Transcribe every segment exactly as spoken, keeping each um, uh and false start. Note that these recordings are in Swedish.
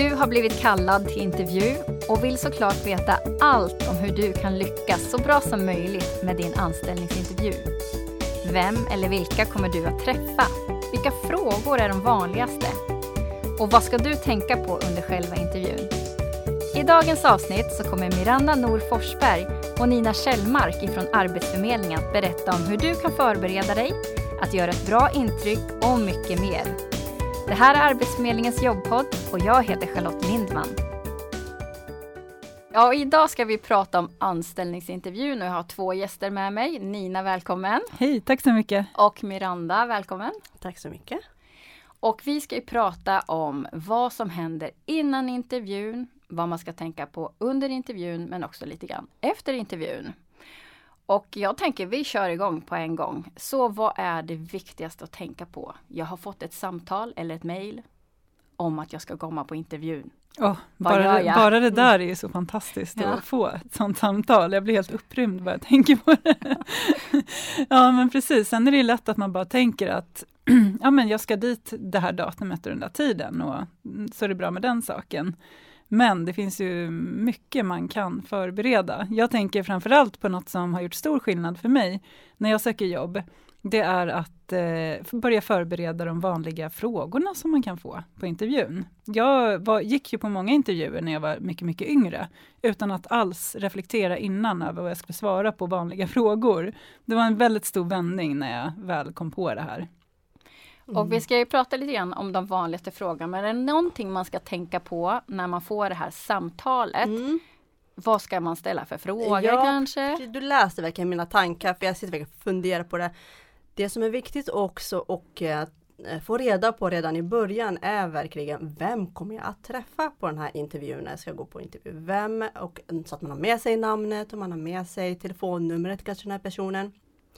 Du har blivit kallad till intervju och vill såklart veta allt om hur du kan lyckas så bra som möjligt med din anställningsintervju. Vem eller vilka kommer du att träffa? Vilka frågor är de vanligaste? Och vad ska du tänka på under själva intervjun? I dagens avsnitt så kommer Miranda Nor Forsberg och Nina Kjellmark ifrån Arbetsförmedlingen att berätta om hur du kan förbereda dig, att göra ett bra intryck och mycket mer. Det här är Arbetsförmedlingens jobbpodd och jag heter Charlotte Lindman. Ja, och idag ska vi prata om anställningsintervjun och jag har två gäster med mig. Nina, välkommen. Hej, tack så mycket. Och Miranda, välkommen. Tack så mycket. Och vi ska ju prata om vad som händer innan intervjun, vad man ska tänka på under intervjun men också lite grann efter intervjun. Och jag tänker vi kör igång på en gång. Så vad är det viktigaste att tänka på? Jag har fått ett samtal eller ett mejl om att jag ska komma på intervjun. Oh, bara, det, bara det där är ju så fantastiskt ja. Att få ett sånt samtal. Jag blir helt upprymd bara jag tänker på det. Ja men precis, sen är det lätt att man bara tänker att ja men jag ska dit det här datumet och den där tiden och så är det bra med den saken. Men det finns ju mycket man kan förbereda. Jag tänker framförallt på något som har gjort stor skillnad för mig när jag söker jobb. Det är att eh, börja förbereda de vanliga frågorna som man kan få på intervjun. Jag var, gick ju på många intervjuer när jag var mycket, mycket yngre utan att alls reflektera innan över vad jag skulle svara på vanliga frågor. Det var en väldigt stor vändning när jag väl kom på det här. Mm. Och vi ska ju prata lite grann om de vanligaste frågorna. Men är det någonting man ska tänka på när man får det här samtalet? Mm. Vad ska man ställa för frågor ja, kanske? Du läste verkligen mina tankar för jag sitter verkligen och funderar på det. Det som är viktigt också och eh, få reda på redan i början är verkligen vem kommer jag att träffa på den här intervjun när jag ska gå på intervju. Vem, och, så att man har med sig namnet och man har med sig telefonnumret kanske den här personen.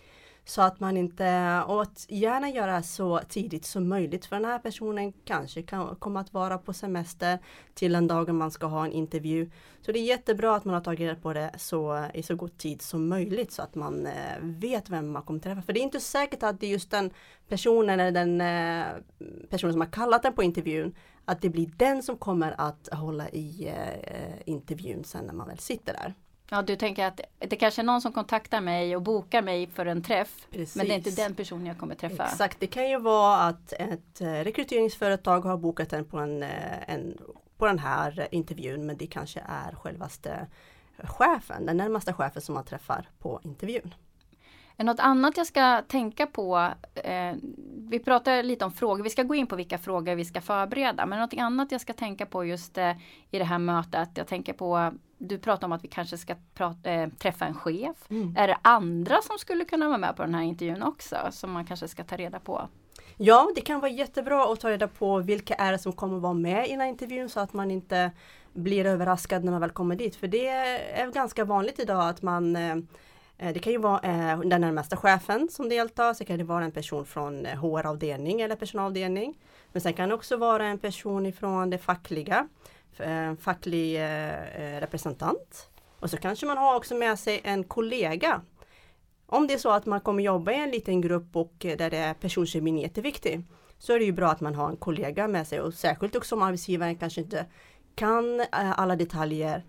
Så att man inte, och att gärna göra så tidigt som möjligt för den här personen kanske kan komma att vara på semester till den dagen man ska ha en intervju. Så det är jättebra att man har tagit reda på det så, i så god tid som möjligt så att man eh, vet vem man kommer träffa. För det är inte säkert att det är just den personen eller den eh, personen som har kallat den på intervjun att det blir den som kommer att hålla i eh, intervjun sen när man väl sitter där. Ja, du tänker att det kanske är någon som kontaktar mig och bokar mig för en träff. Precis. Men det är inte den personen jag kommer träffa. Exakt, det kan ju vara att ett rekryteringsföretag har bokat den på, en, en, på den här intervjun. Men det kanske är självaste chefen, den närmaste chefen som man träffar på intervjun. Något annat jag ska tänka på, eh, vi pratar lite om frågor, vi ska gå in på vilka frågor vi ska förbereda. Men något annat jag ska tänka på just eh, i det här mötet, jag tänker på, du pratar om att vi kanske ska prata, eh, träffa en chef. Mm. Är det andra som skulle kunna vara med på den här intervjun också, som man kanske ska ta reda på? Ja, det kan vara jättebra att ta reda på vilka är det som kommer vara med i den här intervjun så att man inte blir överraskad när man väl kommer dit. För det är ganska vanligt idag att man... Eh, Det kan ju vara eh, den närmaste chefen som deltar, så kan det vara en person från H R-avdelning eller personalavdelning. Men sen kan det också vara en person ifrån det fackliga, en facklig eh, representant. Och så kanske man har också med sig en kollega. Om det är så att man kommer jobba i en liten grupp och där det är personkemin jätteviktig, så är det ju bra att man har en kollega med sig. Och särskilt också om arbetsgivaren kanske inte kan eh, alla detaljer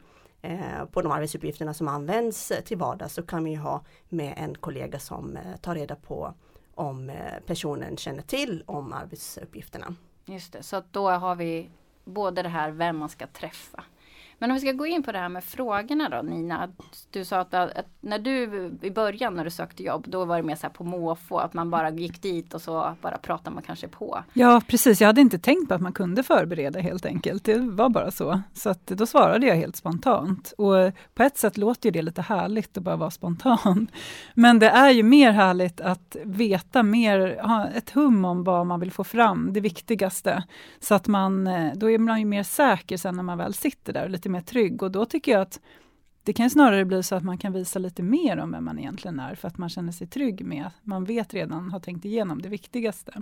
på de arbetsuppgifterna som används till vardags, så kan vi ha med en kollega som tar reda på om personen känner till om arbetsuppgifterna. Just det, så att då har vi både det här vem man ska träffa. Men om vi ska gå in på det här med frågorna då, Nina. Du sa att, att när du i början när du sökte jobb, då var det mer så här på måfå, att man bara gick dit och så bara pratade man kanske på. Ja, precis. Jag hade inte tänkt på att man kunde förbereda helt enkelt. Det var bara så. Så att då svarade jag helt spontant. Och på ett sätt låter ju det lite härligt att bara vara spontan. Men det är ju mer härligt att veta mer, ha ett hum om vad man vill få fram, det viktigaste. Så att man, då är man ju mer säker sen när man väl sitter där och lite mer trygg. Och då tycker jag att det kan snarare bli så att man kan visa lite mer om vem man egentligen är, för att man känner sig trygg med att man vet redan, har tänkt igenom det viktigaste.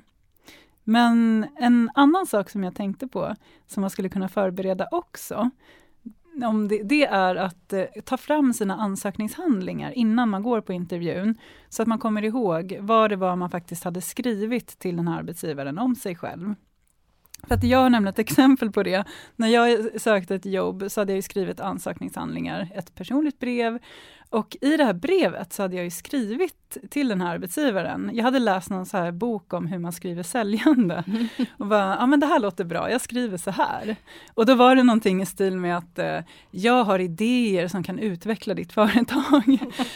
Men en annan sak som jag tänkte på som man skulle kunna förbereda också, om det, det är att eh, ta fram sina ansökningshandlingar innan man går på intervjun, så att man kommer ihåg vad det var man faktiskt hade skrivit till den här arbetsgivaren om sig själv. För att jag har nämligen ett exempel på det. När jag sökte ett jobb så hade jag ju skrivit ansökningshandlingar, ett personligt brev. Och i det här brevet så hade jag ju skrivit till den här arbetsgivaren. Jag hade läst någon så här bok om hur man skriver säljande. Och bara, ja men det här låter bra, jag skriver så här. Och då var det någonting i stil med att eh, jag har idéer som kan utveckla ditt företag.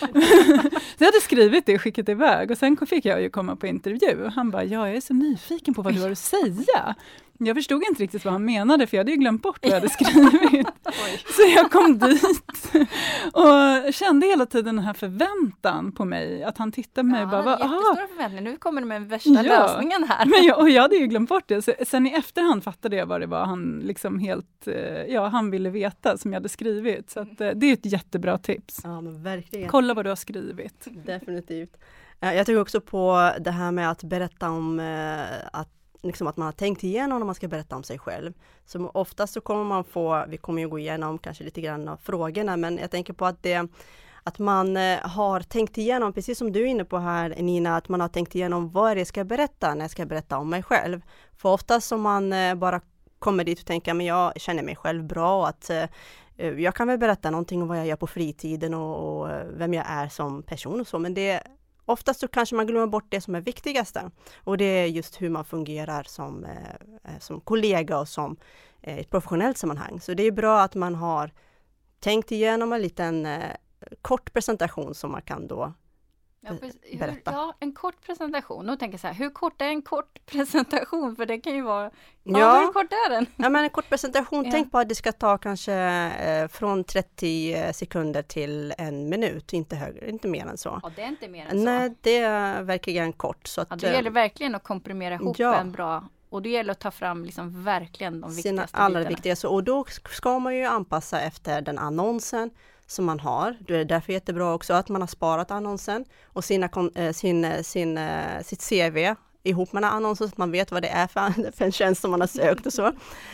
Så jag hade skrivit det och skickat iväg. Och sen fick jag ju komma på intervju. Han bara, ja jag är så nyfiken på vad du har att säga. Jag förstod inte riktigt vad han menade för jag hade ju glömt bort vad jag hade skrivit. Så jag kom dit och kände hela tiden den här förväntan på mig. Att han tittade på mig ja, och bara, han hade jättestora förväntningar. Nu kommer du med den värsta ja, lösningen här. Men jag, och jag hade ju glömt bort det. Så, sen i efterhand fattade jag vad det var han liksom helt, ja han ville veta som jag hade skrivit. Så att, det är ett jättebra tips. Ja men verkligen. Kolla vad du har skrivit. Definitivt. Jag tycker också på det här med att berätta om att liksom att man har tänkt igenom när man ska berätta om sig själv. Så oftast så kommer man få, vi kommer ju gå igenom kanske lite grann av frågorna, men jag tänker på att det att man har tänkt igenom, precis som du är inne på här Nina, att man har tänkt igenom vad jag ska berätta när jag ska berätta om mig själv. För oftast som man bara kommer dit och tänker, men jag känner mig själv bra och att jag kan väl berätta någonting om vad jag gör på fritiden och, och vem jag är som person och så, men det oftast så kanske man glömmer bort det som är viktigaste. Och det är just hur man fungerar som, eh, som kollega och som eh, ett professionellt sammanhang. Så det är bra att man har tänkt igenom en liten eh, kort presentation som man kan då ja, hur, berätta. Ja, en kort presentation. Och tänker så här, hur kort är en kort presentation? För det kan ju vara, ja, ja hur kort är den? Ja, men en kort presentation, ja. Tänk på att det ska ta kanske eh, från trettio sekunder till en minut, inte högre, inte mer än så. Ja, det är inte mer än så. Nej, det är verkligen kort. Så att, ja, det gäller verkligen att komprimera ihop ja. en bra, och det gäller att ta fram liksom verkligen de sina viktigaste allra bitarna. viktigaste. Och då ska man ju anpassa efter den annonsen som man har. Det är därför jättebra också att man har sparat annonsen och sina, sin, sin, sitt C V ihop med annonsen så att man vet vad det är för, för en tjänst som man har sökt och så.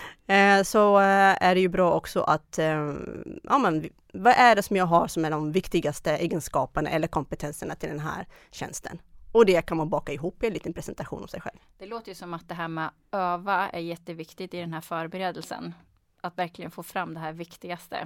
Så är det ju bra också att, ja men vad är det som jag har som är de viktigaste egenskaperna eller kompetenserna till den här tjänsten? Och det kan man baka ihop i en liten presentation om sig själv. Det låter ju som att det här med att öva är jätteviktigt i den här förberedelsen. Att verkligen få fram det här viktigaste.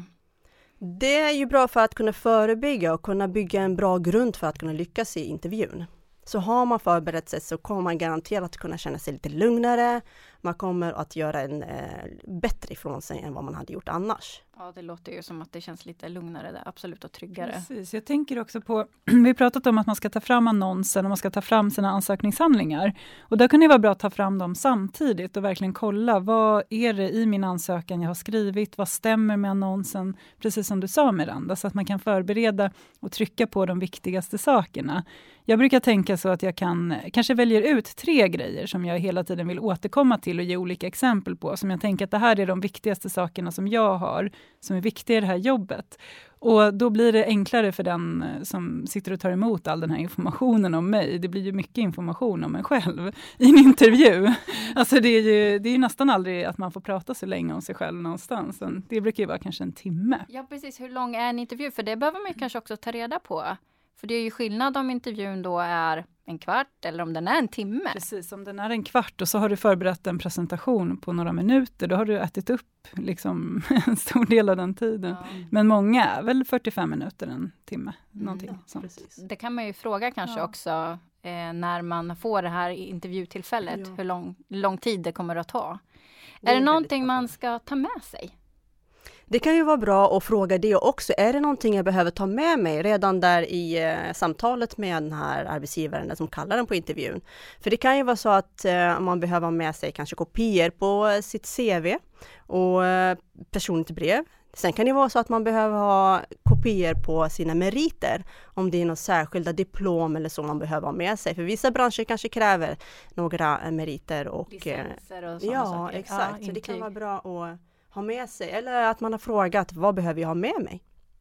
Det är ju bra för att kunna förebygga och kunna bygga en bra grund för att kunna lyckas i intervjun. Så har man förberett sig så kommer man garanterat kunna känna sig lite lugnare. Man kommer att göra en eh, bättre ifrån sig än vad man hade gjort annars. Ja, det låter ju som att det känns lite lugnare där, absolut, och tryggare. Precis, jag tänker också på, vi har pratat om att man ska ta fram annonsen och man ska ta fram sina ansökningshandlingar. Och där kan det vara bra att ta fram dem samtidigt och verkligen kolla, vad är det i min ansökan jag har skrivit, vad stämmer med annonsen, precis som du sa Miranda, så att man kan förbereda och trycka på de viktigaste sakerna. Jag brukar tänka så att jag kan, kanske väljer ut tre grejer som jag hela tiden vill återkomma till och ge olika exempel på. Som jag tänker att det här är de viktigaste sakerna som jag har, som är viktiga i det här jobbet. Och då blir det enklare för den som sitter och tar emot all den här informationen om mig. Det blir ju mycket information om en själv i en intervju. Alltså det är ju, det är ju nästan aldrig att man får prata så länge om sig själv någonstans. Det brukar ju vara kanske en timme. Ja, precis. Hur lång är en intervju? För det behöver man ju kanske också ta reda på. För det är ju skillnad om intervjun då är en kvart eller om den är en timme. Precis, om den är en kvart och så har du förberett en presentation på några minuter. Då har du ätit upp liksom en stor del av den tiden. Ja. Men många är väl fyrtiofem minuter, en timme. Någonting mm, sånt. Precis. Det kan man ju fråga kanske ja. också eh, när man får det här intervjutillfället. Ja. Hur lång, lång tid det kommer att ta. Det är, är det någonting man ska ta med sig? Det kan ju vara bra att fråga det också. Är det någonting jag behöver ta med mig redan där i eh, samtalet med den här arbetsgivaren som kallar den på intervjun? För det kan ju vara så att eh, man behöver ha med sig kanske kopior på sitt C V och eh, personligt brev. Sen kan det vara så att man behöver ha kopior på sina meriter. Om det är något särskilda diplom eller så man behöver ha med sig. För vissa branscher kanske kräver några meriter. Och, licenser och sådana ja, saker. Exakt. Ja, så det kan vara bra att ha med sig. Eller att man har frågat, vad behöver jag ha med mig?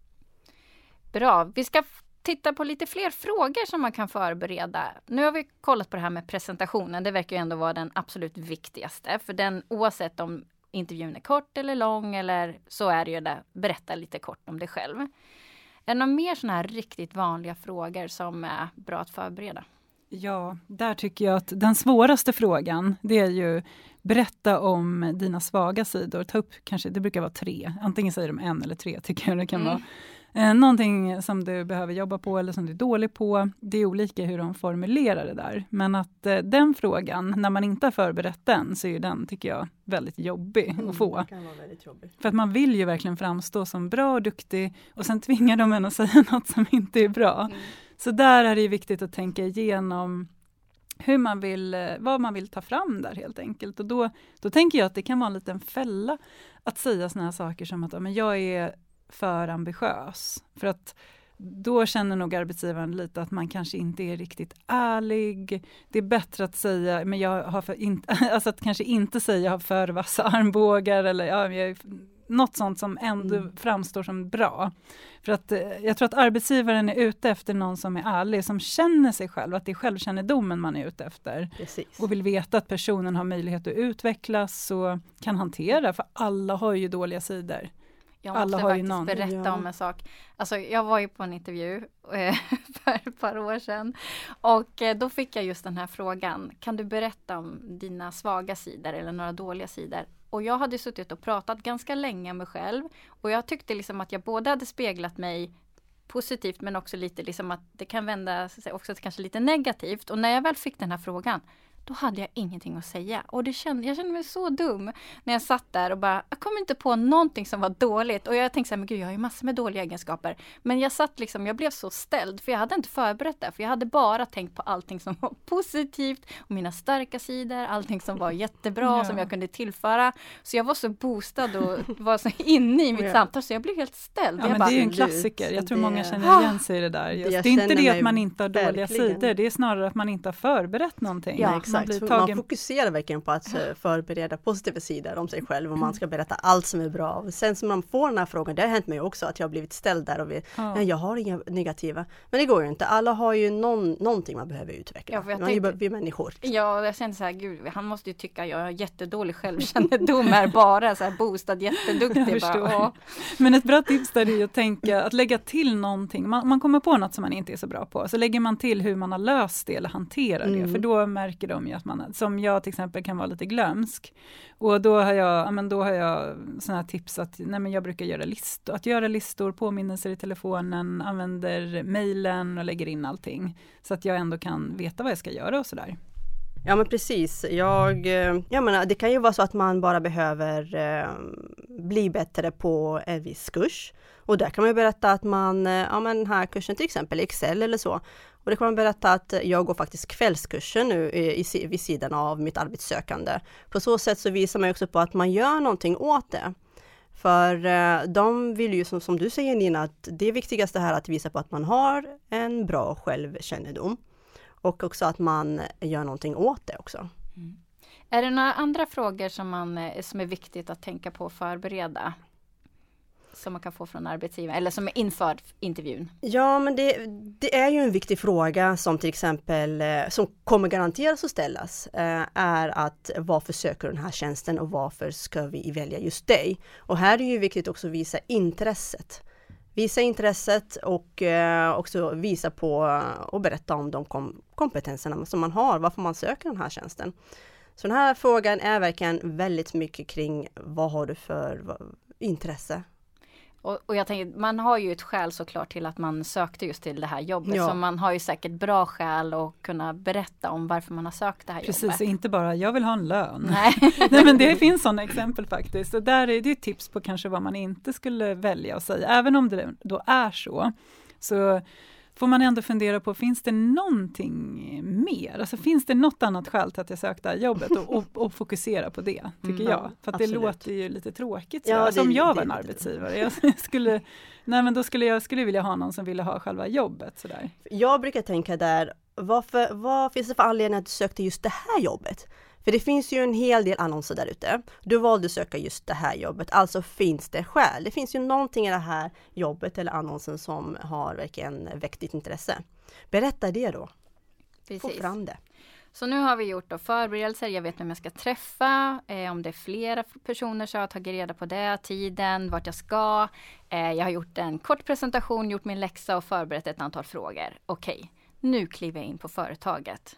Bra. Vi ska f- titta på lite fler frågor som man kan förbereda. Nu har vi kollat på det här med presentationen. Det verkar ju ändå vara den absolut viktigaste. För den, oavsett om intervjun är kort eller lång, eller så är det ju det. Berätta lite kort om dig själv. Är det några mer sådana här riktigt vanliga frågor som är bra att förbereda? Ja, där tycker jag att den svåraste frågan, det är ju berätta om dina svaga sidor. Ta upp, kanske, det brukar vara tre. Antingen säger de en eller tre tycker jag det kan mm. vara. Eh, någonting som du behöver jobba på eller som du är dålig på. Det är olika hur de formulerar det där. Men att eh, den frågan, när man inte har förberett den, så är den, tycker jag, väldigt jobbig mm, att få. Det kan vara väldigt jobbigt. För att man vill ju verkligen framstå som bra och duktig. Och sen tvingar de en att säga något som inte är bra. Mm. Så där är det viktigt att tänka igenom hur man vill, vad man vill ta fram där helt enkelt. Och då, då tänker jag att det kan vara en liten fälla att säga såna här saker som att ja, men jag är för ambitiös. För att då känner nog arbetsgivaren lite att man kanske inte är riktigt ärlig. Det är bättre att säga, men jag har för in, alltså att kanske inte säga jag har för vassa armbågar eller ja, jag är, något sånt som ändå mm. framstår som bra. För att jag tror att arbetsgivaren är ute efter någon som är ärlig, som känner sig själv, att det är självkännedomen man är ute efter. Precis. Och vill veta att personen har möjlighet att utvecklas och kan hantera, för alla har ju dåliga sidor. Jag måste alla har faktiskt ju någon. berätta ja. om en sak. Alltså, jag var ju på en intervju eh, för ett par år sedan. Och eh, då fick jag just den här frågan. Kan du berätta om dina svaga sidor eller några dåliga sidor? Och jag hade suttit och pratat ganska länge med mig själv. Och jag tyckte liksom att jag både hade speglat mig positivt, men också lite liksom att det kan vända sig också kanske lite negativt. Och när jag väl fick den här frågan, då hade jag ingenting att säga. Och det kände, jag kände mig så dum när jag satt där och bara, jag kom inte på någonting som var dåligt. Och jag tänkte så här, men gud, jag har ju massor med dåliga egenskaper. Men jag satt liksom, jag blev så ställd, för jag hade inte förberett det. För jag hade bara tänkt på allting som var positivt, och mina starka sidor, allting som var jättebra, ja. Som jag kunde tillföra. Så jag var så boostad och var så inne i mitt ja. samtal, så jag blev helt ställd. Ja, men bara, det är ju en klassiker. Jag tror det... många känner igen sig i det där. Just. Det är inte det att man inte har dåliga verkligen. sidor, det är snarare att man inte har förberett någonting. Ja, exakt. Man, blir tagen... man fokuserar verkligen på att förbereda positiva sidor om sig själv, och man ska berätta allt som är bra. Och sen som man får den här frågan, det har hänt mig också att jag har blivit ställd där och vi, ja. nej, jag har inga negativa. Men det går ju inte. Alla har ju någon, någonting man behöver utveckla. Ja, man tänkte, är ju människor. Ja, jag kände så här, gud, han måste ju tycka jag har jättedålig självkännedom här, bara så här boostad, jätteduktig. Bara, men ett bra tips där är att tänka, att lägga till någonting. Man, man kommer på något som man inte är så bra på, så lägger man till hur man har löst det eller hanterar det. Mm. För då märker de ju att man, som jag till exempel kan vara lite glömsk. Och då har jag, men då har jag såna här tips att nej, men jag brukar göra listor. Att göra listor, påminnelser i telefonen, använder mejlen och lägger in allting. Så att jag ändå kan veta vad jag ska göra och sådär. Ja, men precis. Jag, jag menar, det kan ju vara så att man bara behöver eh, bli bättre på en viss kurs. Och där kan man ju berätta att man, ja men den här kursen till exempel Excel eller så. Och det kan man berätta att jag går faktiskt kvällskursen nu i, i, vid sidan av mitt arbetssökande. På så sätt så visar man också på att man gör någonting åt det. För eh, de vill ju, som, som du säger Nina, att det viktigaste här är att visa på att man har en bra självkännedom. Och också att man gör någonting åt det också. Mm. Är det några andra frågor som, man, som är viktigt att tänka på och förbereda? Som man kan få från arbetsgivaren, eller som är inför intervjun? Ja, men det, det är ju en viktig fråga som till exempel, som kommer garanteras att ställas, är att varför söker du den här tjänsten och varför ska vi välja just dig? Och här är det ju viktigt också att visa intresset. Visa intresset och eh, också visa på och berätta om de kom- kompetenserna som man har, varför man söker den här tjänsten. Så den här frågan är verkligen väldigt mycket kring vad har du för vad, intresse. Och, och jag tänker, man har ju ett skäl såklart till att man sökte just till det här jobbet. Ja. Så man har ju säkert bra skäl att kunna berätta om varför man har sökt det här Precis, jobbet. Precis, inte bara jag vill ha en lön. Nej. Nej, men det finns sådana exempel faktiskt. Och där är det ett tips på kanske vad man inte skulle välja att säga. Även om det då är så, så får man ändå fundera på, finns det någonting mer? Alltså finns det något annat skäl till att jag sökte det här jobbet? Och, och, och fokusera på det, tycker mm, jag. För att det låter ju lite tråkigt. Ja, alltså, det, om jag det, var en det, arbetsgivare, jag skulle, nej, men då skulle jag skulle vilja ha någon som ville ha själva jobbet. Sådär. Jag brukar tänka där, varför, vad finns det för anledning att du sökte just det här jobbet? För det finns ju en hel del annonser där ute. Du valde att söka just det här jobbet. Alltså finns det skäl. Det finns ju någonting i det här jobbet eller annonsen som har verkligen väckt ditt intresse. Berätta det då. Precis. Få fram det. Så nu har vi gjort då förberedelser. Jag vet vem jag ska träffa. Eh, om det är flera personer så har jag tagit reda på det. Tiden, vart jag ska. Eh, jag har gjort en kort presentation, gjort min läxa och förberett ett antal frågor. Okej, nu kliver jag in på företaget.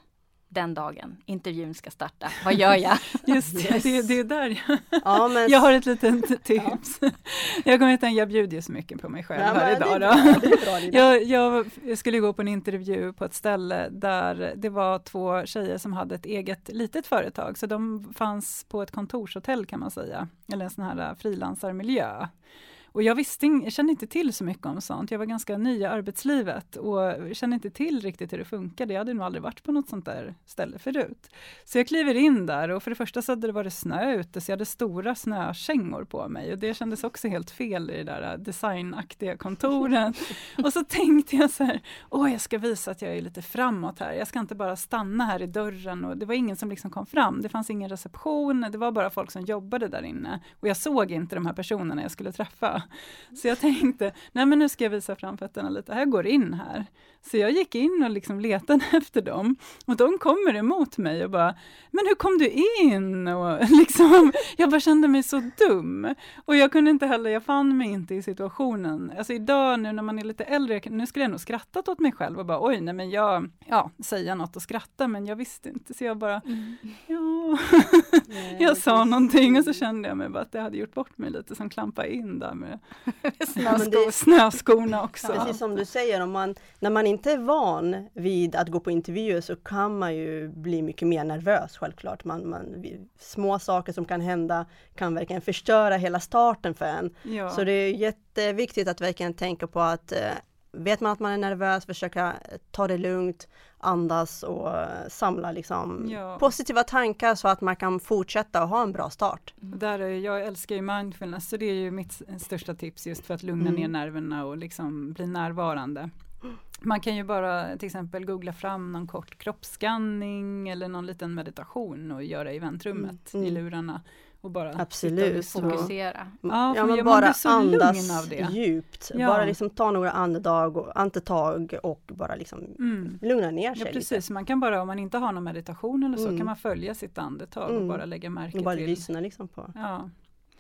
den dagen intervjun ska starta. Vad gör jag? Just det, yes. det, det är där jag, ja, men... jag har ett litet tips. Ja. Jag kommer inte jag bjuder ju så mycket på mig själv ja, här idag. Det är bra, det är bra, jag, jag skulle gå på en intervju på ett ställe där det var två tjejer som hade ett eget litet företag. Så de fanns på ett kontorshotell kan man säga. Eller en sån här frilansarmiljö. Och jag visste, jag kände inte till så mycket om sånt. Jag var ganska ny i arbetslivet och kände inte till riktigt hur det funkade. Jag hade nog aldrig varit på något sånt där ställe förut. Så jag kliver in där och för det första så hade det varit snö ute så jag hade stora snökängor på mig. Och det kändes också helt fel i det där designaktiga kontoren. Och så tänkte jag så här, åh jag ska visa att jag är lite framåt här. Jag ska inte bara stanna här i dörren. Och det var ingen som liksom kom fram. Det fanns ingen reception. Det var bara folk som jobbade där inne. Och jag såg inte de här personerna jag skulle träffa. Så jag tänkte, nej men nu ska jag visa framfötterna lite, här går in här. Så jag gick in och liksom letade efter dem. Och de kommer emot mig och bara, men hur kom du in? Och liksom, jag bara kände mig så dum. Och jag kunde inte heller, jag fann mig inte i situationen. Alltså idag nu när man är lite äldre, nu skulle jag nog skrattat åt mig själv och bara, oj nej men jag, ja, säga något och skratta, men jag visste inte. Så jag bara, mm. ja, nej, jag sa någonting och så kände jag mig bara att jag hade gjort bort mig lite som klampa in där med snösko, det, snöskorna också. Precis som du säger, om man, när man inte är van vid att gå på intervjuer så kan man ju bli mycket mer nervös självklart. Man, man, små saker som kan hända kan verkligen förstöra hela starten för en. Ja. Så det är jätteviktigt att verkligen tänka på att eh, vet man att man är nervös, försöka ta det lugnt, andas och samla liksom ja. positiva tankar så att man kan fortsätta och ha en bra start. Mm. Där är, jag älskar ju mindfulness så det är ju mitt största tips just för att lugna mm. ner nerverna och liksom bli närvarande. Man kan ju bara till exempel googla fram någon kort kroppsskanning eller någon liten meditation och göra i väntrummet mm. i lurarna. Och bara absolut fokusera. Ja, ja men bara andas av det. djupt. Ja. Bara liksom ta några andetag och, andetag och bara liksom mm. lugna ner sig. Ja, precis. Lite. Man kan bara, om man inte har någon meditation eller så, mm. kan man följa sitt andetag mm. och bara lägga märke och bara till. Bara lyssna liksom på. Ja.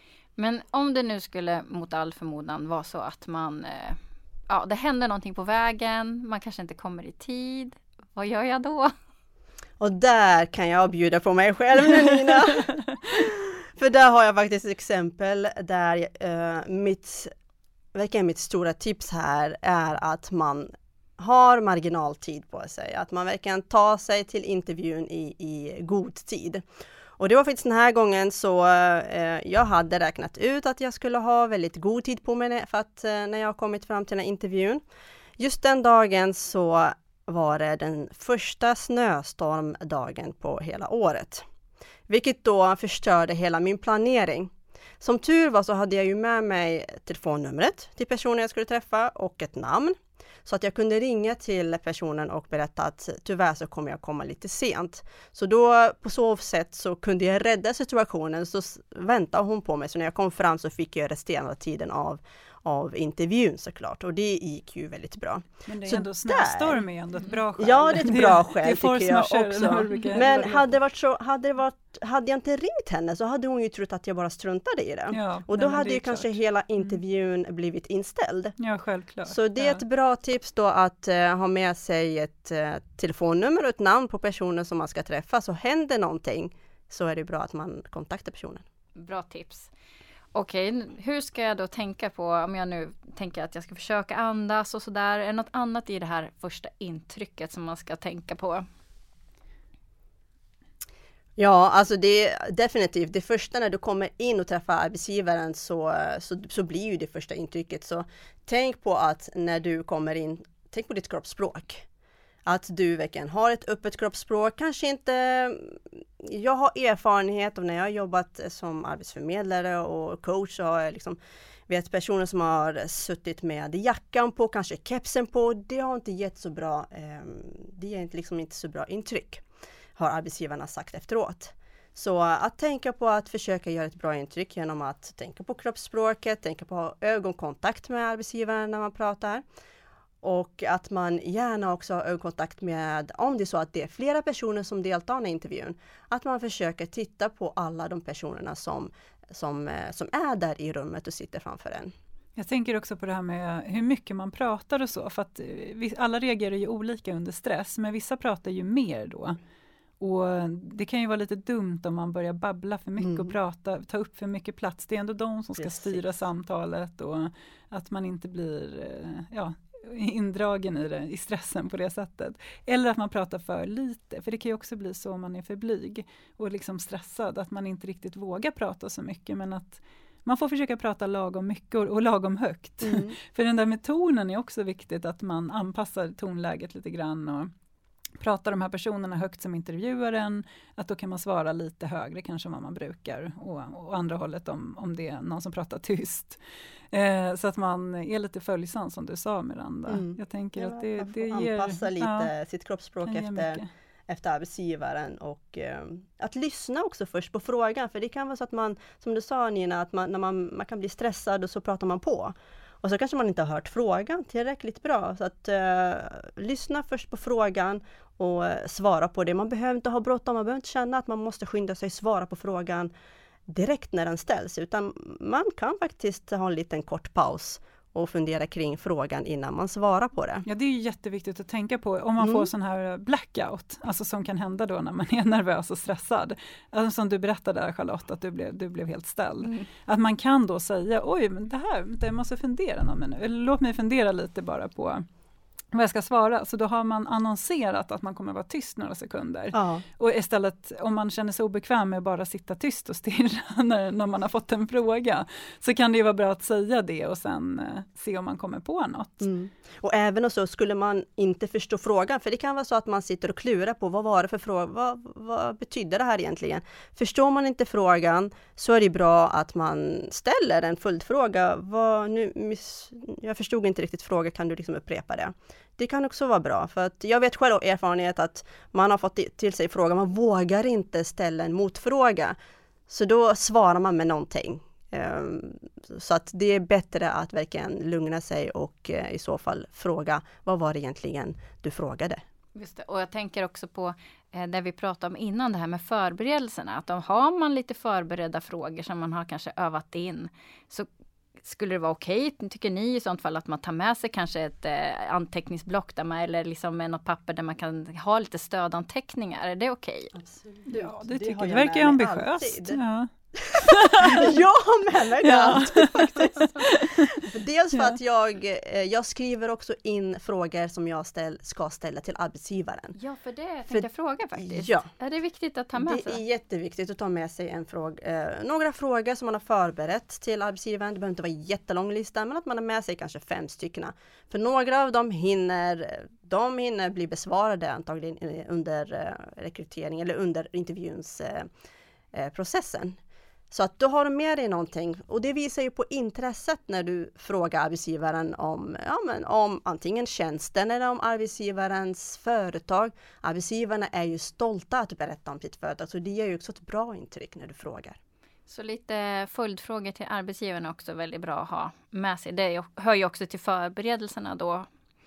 Men om det nu skulle mot all förmodan vara så att man, eh, ja det händer någonting på vägen, man kanske inte kommer i tid. Vad gör jag då? Och där kan jag bjuda på mig själv nu, Nina. För där har jag faktiskt ett exempel där uh, mitt, verkligen mitt stora tips här är att man har marginaltid på sig. Att man verkligen tar sig till intervjun i, i god tid. Och det var faktiskt den här gången så uh, jag hade räknat ut att jag skulle ha väldigt god tid på mig för att uh, när jag kommit fram till den här intervjun. Just den dagen så var det den första snöstormdagen på hela året. Vilket då förstörde hela min planering. Som tur var så hade jag ju med mig telefonnumret till personen jag skulle träffa och ett namn. Så att jag kunde ringa till personen och berätta att tyvärr så kommer jag komma lite sent. Så då på så sätt så kunde jag rädda situationen, så väntade hon på mig. Så när jag kom fram så fick jag resterande tiden av av intervjun såklart, och det gick ju väldigt bra. Men det är så ändå snöstorm är ändå ett bra skäl. Ja, det är ett bra skäl det, det tycker jag också. Men hade det varit så, hade det varit, hade jag inte ringt henne så hade hon ju trott att jag bara struntade i det. Ja, och då hade ju kanske klart. hela intervjun mm. blivit inställd. Ja, självklart. Så det är ja. ett bra tips då att uh, ha med sig ett uh, telefonnummer och ett namn på personen som man ska träffa. Så händer någonting så är det bra att man kontaktar personen. Bra tips. Okej, hur ska jag då tänka på, om jag nu tänker att jag ska försöka andas och sådär, är det något annat i det här första intrycket som man ska tänka på? Ja, alltså det är definitivt det första när du kommer in och träffar arbetsgivaren så, så, så blir ju det första intrycket. Så tänk på att när du kommer in, tänk på ditt kroppsspråk. Att du verkligen har ett öppet kroppsspråk. Kanske inte, jag har erfarenhet av när jag har jobbat som arbetsförmedlare och coach. Och jag liksom vet personer som har suttit med jackan på, kanske kepsen på. Det har inte gett så bra, det ger liksom inte så bra intryck, har arbetsgivarna sagt efteråt. Så att tänka på att försöka göra ett bra intryck genom att tänka på kroppsspråket, tänka på ögonkontakt med arbetsgivaren när man pratar. Och att man gärna också har ögonkontakt med, om det är så att det är flera personer som deltar i intervjun, att man försöker titta på alla de personerna som, som, som är där i rummet och sitter framför en. Jag tänker också på det här med hur mycket man pratar och så, för att alla reagerar ju olika under stress, men vissa pratar ju mer då. Och det kan ju vara lite dumt om man börjar babbla för mycket mm. och prata, ta upp för mycket plats. Det är ändå de som ska Precis. styra samtalet och att man inte blir ja, indragen i det, i stressen på det sättet. Eller att man pratar för lite, för det kan ju också bli så om man är för blyg och liksom stressad, att man inte riktigt vågar prata så mycket, men att man får försöka prata lagom mycket och, och lagom högt. Mm. För den där med tonen är också viktigt, att man anpassar tonläget lite grann och pratar de här personerna högt som intervjuaren, att då kan man svara lite högre kanske än vad man brukar, och, och andra hållet om, om det är någon som pratar tyst. Eh, så att man är lite följsam, som du sa, Miranda. Mm. Jag tänker ja, att det, det ger... anpassa lite ja, sitt kroppsspråk efter, efter arbetsgivaren, och eh, att lyssna också först på frågan, för det kan vara så att man, som du sa Nina, att man, när man, man kan bli stressad och så pratar man på. Och så kanske man inte har hört frågan tillräckligt bra. Så att eh, lyssna först på frågan och eh, svara på det. Man behöver inte ha bråttom, man behöver inte känna att man måste skynda sig svara på frågan direkt när den ställs. Utan man kan faktiskt ha en liten kort paus och fundera kring frågan innan man svarar på det. Ja, det är ju jätteviktigt att tänka på om man mm. får sån här blackout, alltså som kan hända då när man är nervös och stressad. Alltså som du berättade där, Charlotte, att du blev, du blev helt ställd. Mm. Att man kan då säga, oj, men det här, det måste fundera någon minut. Eller låt mig fundera lite bara på vad jag ska svara. Så då har man annonserat att man kommer vara tyst några sekunder. Ja. Och istället, om man känner sig obekväm med att bara sitta tyst och stirra när, när man har fått en fråga, så kan det ju vara bra att säga det och sen eh, se om man kommer på något. Mm. Och även och så skulle man inte förstå frågan, för det kan vara så att man sitter och klurar på vad var det för fråga, vad, vad betyder det här egentligen? Förstår man inte frågan, så är det bra att man ställer en följdfråga. Vad, nu, miss, jag förstod inte riktigt frågan, kan du liksom upprepa det? Det kan också vara bra, för att jag vet själv av erfarenhet att man har fått till sig frågan, man vågar inte ställa en motfråga. Så då svarar man med någonting. Så att det är bättre att verkligen lugna sig och i så fall fråga, vad var det egentligen du frågade? Just det. Och jag tänker också på eh, det vi pratade om innan, det här med förberedelserna. Att om har man lite förberedda frågor som man har kanske övat in, så skulle det vara okej, okay, tycker ni i sånt fall, att man tar med sig kanske ett eh, anteckningsblock där man, eller liksom med något papper där man kan ha lite stödanteckningar? Är det okej? Okay? Absolut. Ja, det, det tycker jag. Det verkar ju ambitiöst. Ja. Jag har med mig det ja. alltid, faktiskt. Dels för ja. att jag, jag skriver också in frågor som jag ställ, ska ställa till arbetsgivaren. Ja, för det tänkte för, jag fråga faktiskt. Ja. Är det viktigt att ta med det sig? Det är jätteviktigt att ta med sig en fråga, eh, några frågor som man har förberett till arbetsgivaren. Det behöver inte vara en jättelång lista, men att man har med sig kanske fem stycken. För några av dem hinner, de hinner bli besvarade antagligen under eh, rekrytering eller under intervjuns eh, eh, processen. Så att du har med dig någonting, och det visar ju på intresset när du frågar arbetsgivaren om, ja, men om antingen tjänsten eller om arbetsgivarens företag. Arbetsgivarna är ju stolta att berätta om sitt företag, så det ger ju också ett bra intryck när du frågar. Så lite följdfrågor till arbetsgivarna också väldigt bra att ha med sig. Det hör ju också till förberedelserna då.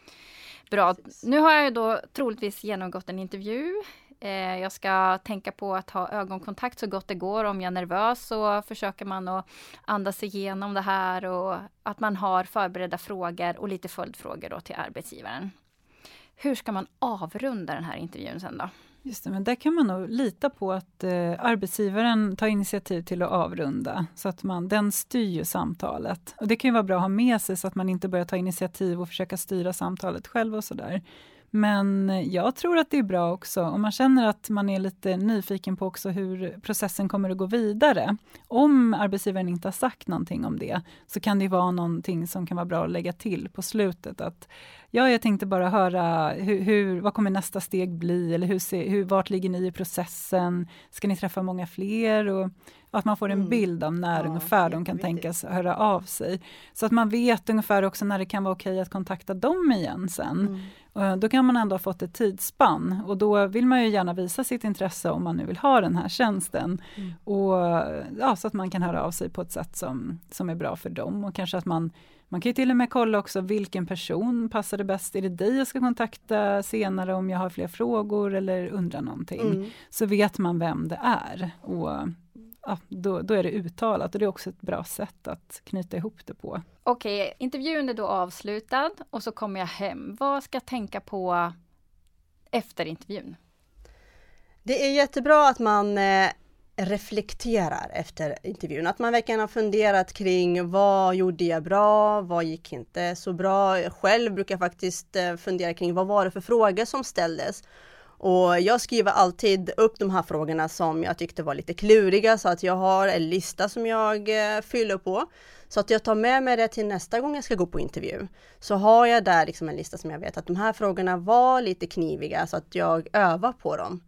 Bra. Precis. Nu har jag ju då troligtvis genomgått en intervju. Jag ska tänka på att ha ögonkontakt så gott det går. Om jag är nervös så försöker man att andas igenom det här, och att man har förberedda frågor och lite följdfrågor då till arbetsgivaren. Hur ska man avrunda den här intervjun sen då? Just det, men där kan man nog lita på att eh, arbetsgivaren tar initiativ till att avrunda, så att man, den styr samtalet. Och det kan ju vara bra att ha med sig, så att man inte börjar ta initiativ och försöka styra samtalet själv och sådär. Men jag tror att det är bra också om man känner att man är lite nyfiken på också hur processen kommer att gå vidare. Om arbetsgivaren inte har sagt någonting om det, så kan det vara någonting som kan vara bra att lägga till på slutet. Att ja, jag tänkte bara höra hur, hur, vad kommer nästa steg bli, eller hur, se, hur, vart ligger ni i processen? Ska ni träffa många fler? Och att man får en bild av när ja, ungefär de kan tänkas höra av sig. Så att man vet ungefär också när det kan vara okej att kontakta dem igen sen. Mm. Och då kan man ändå ha fått ett tidsspann. Och då vill man ju gärna visa sitt intresse om man nu vill ha den här tjänsten. Mm. Och, ja, så att man kan höra av sig på ett sätt som, som är bra för dem. Och kanske att man, man kan ju till och med kolla också vilken person passar det bäst. Är det dig jag ska kontakta senare om jag har fler frågor eller undrar någonting? Mm. Så vet man vem det är. Och ja, då, då är det uttalat, och det är också ett bra sätt att knyta ihop det på. Okej, intervjun är då avslutad och så kommer jag hem. Vad ska jag tänka på efter intervjun? Det är jättebra att man eh, reflekterar efter intervjun. Att man verkligen har funderat kring vad gjorde jag bra, vad gick inte så bra. Själv brukar jag faktiskt eh, fundera kring vad var det för frågor som ställdes. Och jag skriver alltid upp de här frågorna som jag tyckte var lite kluriga, så att jag har en lista som jag eh, fyller på. Så att jag tar med mig det till nästa gång jag ska gå på intervju. Så har jag där liksom en lista som jag vet att de här frågorna var lite kniviga, så att jag övar på dem.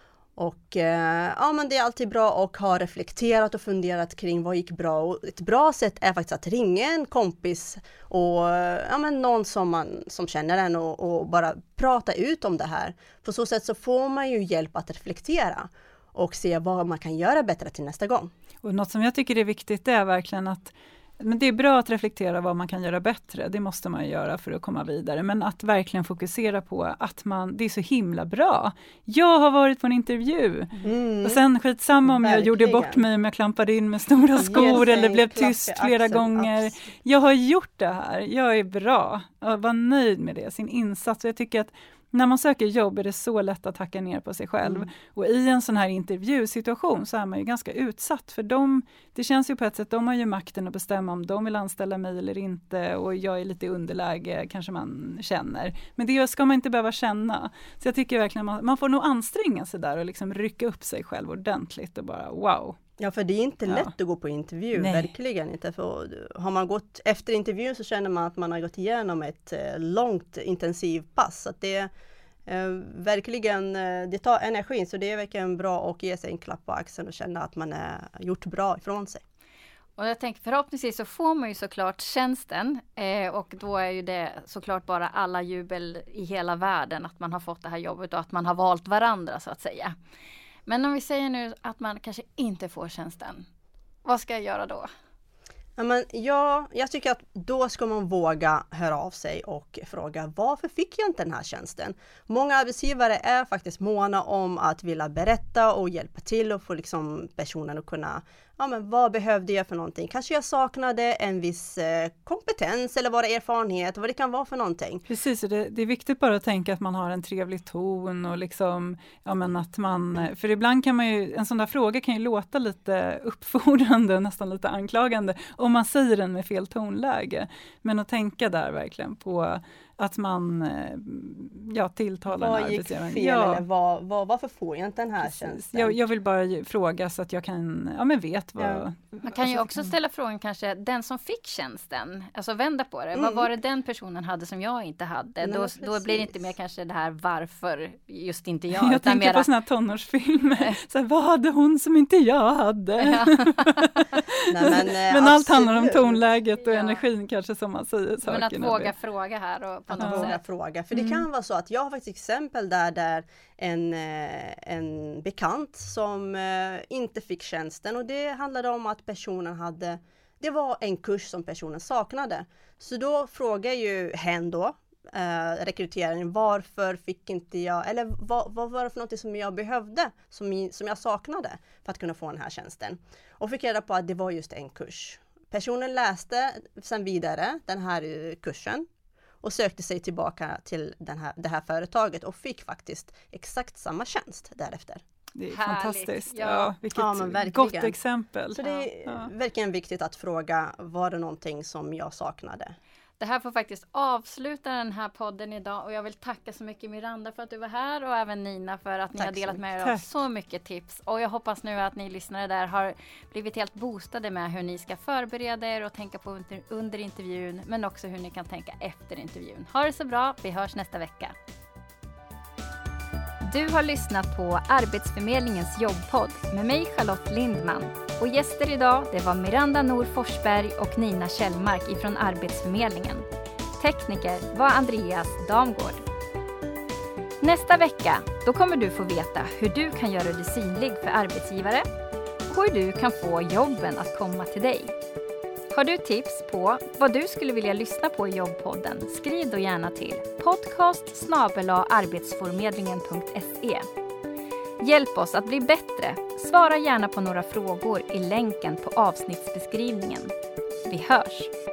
Och eh, ja, men det är alltid bra att ha reflekterat och funderat kring vad gick bra. Och ett bra sätt är faktiskt att ringa en kompis och ja, men någon som, man, som känner en och, och bara prata ut om det här. På så sätt så får man ju hjälp att reflektera och se vad man kan göra bättre till nästa gång. Och något som jag tycker är viktigt är verkligen att men det är bra att reflektera vad man kan göra bättre. Det måste man göra för att komma vidare. Men att verkligen fokusera på att man, det är så himla bra. Jag har varit på en intervju. Mm. Och sen skitsamma om verkligen. Jag gjorde bort mig, om jag klampade in med stora skor eller blev tyst flera gånger. Absolut. Jag har gjort det här. Jag är bra. Jag var nöjd med det, sin insats. Och jag tycker att när man söker jobb är det så lätt att hacka ner på sig själv. Mm. Och i en sån här intervjusituation så är man ju ganska utsatt. För de, det känns ju på ett sätt, de har ju makten att bestämma om de vill anställa mig eller inte. Och jag är lite i underläge, kanske man känner. Men det ska man inte behöva känna. Så jag tycker verkligen man, man får nog anstränga sig där och liksom rycka upp sig själv ordentligt och bara wow. Ja, för det är inte lätt ja. att gå på intervju, Nej. verkligen inte. För har man gått efter intervjun så känner man att man har gått igenom ett eh, långt intensivt pass. Att det eh, verkligen, eh, det tar energi, så det är verkligen bra att ge sig en klapp på axeln och känna att man har gjort bra ifrån sig. Och jag tänker förhoppningsvis så får man ju såklart tjänsten eh, och då är ju det såklart bara alla jubel i hela världen att man har fått det här jobbet och att man har valt varandra så att säga. Men om vi säger nu att man kanske inte får tjänsten, vad ska jag göra då? Ja, men ja, jag tycker att då ska man våga höra av sig och fråga varför fick jag inte den här tjänsten? Många arbetsgivare är faktiskt måna om att vilja berätta och hjälpa till och få liksom personen att kunna, ja men vad behövde jag för någonting? Kanske jag saknade en viss eh, kompetens eller bara erfarenhet, vad det kan vara för någonting. Precis, och det, det är viktigt bara att tänka att man har en trevlig ton och liksom, ja men att man, för ibland kan man ju, en sån där fråga kan ju låta lite uppfordrande och nästan lite anklagande om man säger den med fel tonläge. Men att tänka där verkligen på att man ja, tilltalar vad en arbetsgivare. Vad gick fel ja. eller vad, vad, varför får jag inte den här Precis. tjänsten? Jag, jag vill bara fråga så att jag kan, ja men vet vad. Ja. Man kan ju också kan... ställa frågan kanske, den som fick tjänsten, alltså vända på det. Mm. Vad var det den personen hade som jag inte hade? Nej, då, då blir det inte mer kanske det här varför just inte jag. Jag utan tänker mera... på såna här tonårsfilmer. Så här, vad hade hon som inte jag hade? Ja. Nej, men, men allt absolut. handlar om tonläget och ja. energin kanske som man säger. Men att våga det. fråga här. Och på att något våga sätt. fråga. För det mm. kan vara så att jag har faktiskt exempel där, där en, en bekant som inte fick tjänsten. Och det handlade om att personen hade, det var en kurs som personen saknade. Så då frågar ju hen då, eh, rekryteraren, varför fick inte jag, eller vad, vad var det för något som jag behövde, som, som jag saknade för att kunna få den här tjänsten. Och fick reda på att det var just en kurs. Personen läste sedan vidare den här kursen och sökte sig tillbaka till den här, det här företaget och fick faktiskt exakt samma tjänst därefter. Det är Härligt. Fantastiskt. Ja. Ja, vilket ja, gott exempel. Så det är ja. verkligen viktigt att fråga, var det någonting som jag saknade? Det här får faktiskt avsluta den här podden idag och jag vill tacka så mycket Miranda för att du var här och även Nina för att ni Tack har delat med er av så mycket tips. Och jag hoppas nu att ni lyssnare där har blivit helt boostade med hur ni ska förbereda er och tänka på under, under intervjun, men också hur ni kan tänka efter intervjun. Ha det så bra, vi hörs nästa vecka. Du har lyssnat på Arbetsförmedlingens jobbpodd med mig Charlotte Lindman. Och gäster idag det var Miranda Nor Forsberg och Nina Kjellmark ifrån Arbetsförmedlingen. Tekniker var Andreas Damgård. Nästa vecka då kommer du få veta hur du kan göra dig synlig för arbetsgivare och hur du kan få jobben att komma till dig. Har du tips på vad du skulle vilja lyssna på i jobbpodden, skriv då gärna till podcast snabel-a arbetsförmedlingen punkt se. Hjälp oss att bli bättre. Svara gärna på några frågor i länken på avsnittsbeskrivningen. Vi hörs!